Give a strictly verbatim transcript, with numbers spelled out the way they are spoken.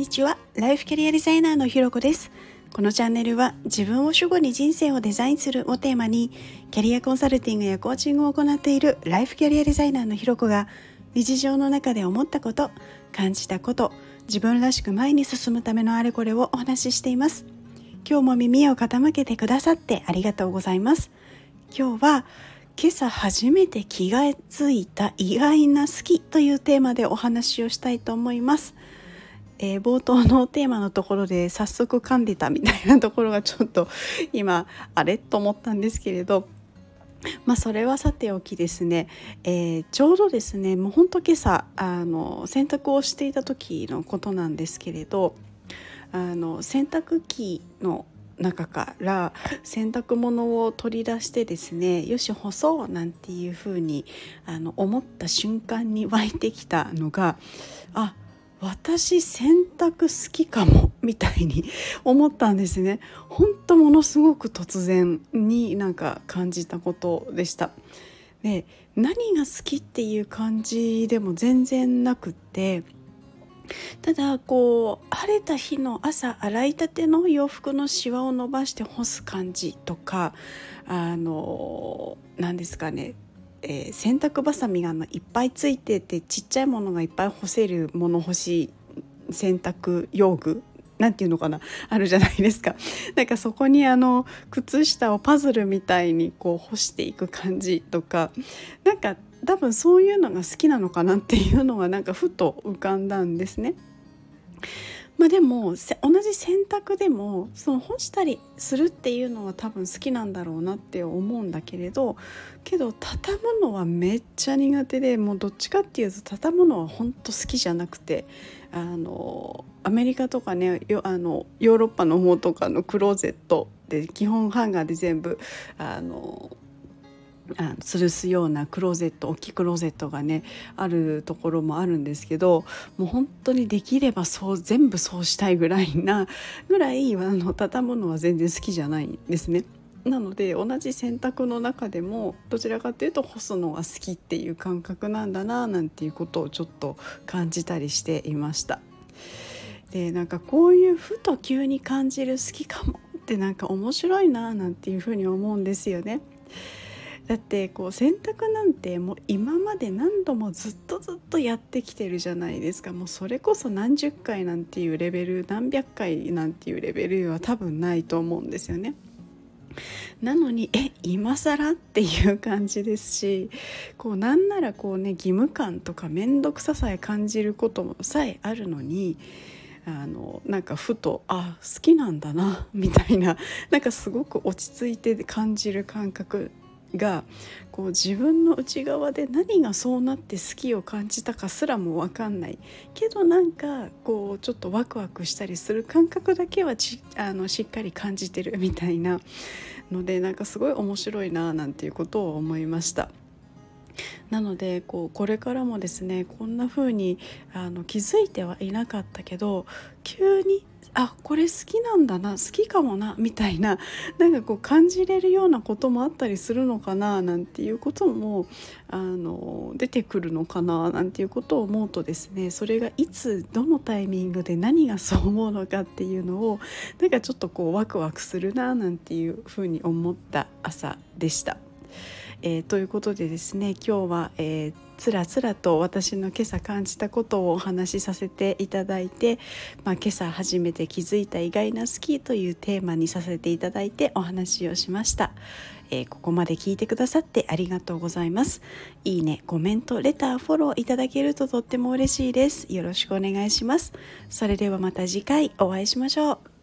にちは。ライフキャリアデザイナーのひろこです。このチャンネルは自分を主語に人生をデザインするをテーマに、キャリアコンサルティングやコーチングを行っているライフキャリアデザイナーのひろこが、日常の中で思ったこと、感じたこと、自分らしく前に進むためのあれこれをお話ししています。今日も耳を傾けてくださってありがとうございます。今日は今朝初めて気がついた意外な好きというテーマでお話をしたいと思います。えー、冒頭のテーマのところで早速噛んでたみたいなところがちょっと今あれと思ったんですけれど、まあそれはさておきですね、えー、ちょうどですねもうほんと今朝あの洗濯をしていた時のことなんですけれど、あの洗濯機の中から洗濯物を取り出してですね、よし干そうなんていうふうにあの思った瞬間に湧いてきたのが、あ、私洗濯好きかもみたいに思ったんですね。本当ものすごく突然になんか感じたことでした。で、何が好きっていう感じでも全然なくって、ただこう晴れた日の朝、洗いたての洋服のシワを伸ばして干す感じとか、あの何ですかね、えー、洗濯ばさみがいっぱいついてて、ちっちゃいものがいっぱい干せる物干し洗濯用具なんていうのかな、あるじゃないですか。なんかそこにあの靴下をパズルみたいにこう干していく感じとか、なんか多分そういうのが好きなのかなっていうのがなんかふと浮かんだんですね。まあ、でも同じ洗濯でもその干したりするっていうのは多分好きなんだろうなって思うんだけれど、けど畳むのはめっちゃ苦手で、もうどっちかっていうと畳むのは本当好きじゃなくて、あのアメリカとかね、よあのヨーロッパの方とかのクローゼットで基本ハンガーで全部あのあの吊るすようなクローゼット、大きいクローゼットがねあるところもあるんですけど、もう本当にできればそう全部そうしたいぐらいなぐらいあの畳むのは全然好きじゃないんですね。なので同じ洗濯の中でもどちらかというと干すのが好きっていう感覚なんだななんていうことをちょっと感じたりしていました。で、なんかこういうふと急に感じる好きかもってなんか面白いななんていうふうに思うんですよね。だってこう洗濯なんてもう今まで何度もずっとずっとやってきてるじゃないですか。もうそれこそ何十回なんていうレベル、何百回なんていうレベルは多分ないと思うんですよね。なのにえ今更っていう感じですし、こうなんならこうね義務感とか面倒くささえ感じることもさえあるのに、あのなんかふとあ好きなんだなみたいな、なんかすごく落ち着いて感じる感覚が、こう自分の内側で何がそうなって好きを感じたかすらも分かんないけど、なんかこうちょっとワクワクしたりする感覚だけはちあのしっかり感じてるみたいなので、なんかすごい面白いななんていうことを思いました。なのでこうこれからもですね、こんな風にあの気づいてはいなかったけど、急にあこれ好きなんだな、好きかもなみたいな、なんかこう感じれるようなこともあったりするのかななんていうこともあの出てくるのかななんていうことを思うとですね、それがいつどのタイミングで何がそう思うのかっていうのをなんかちょっとこうワクワクするななんていうふうに思った朝でした。えー、ということでですね、今日は、えー、つらつらと私の今朝感じたことをお話しさせていただいて、まあ、今朝初めて気づいた意外な好きというテーマにさせていただいてお話をしました。えー、ここまで聞いてくださってありがとうございます。いいね、コメント、レター、フォローいただけるととっても嬉しいです。よろしくお願いします。それではまた次回お会いしましょう。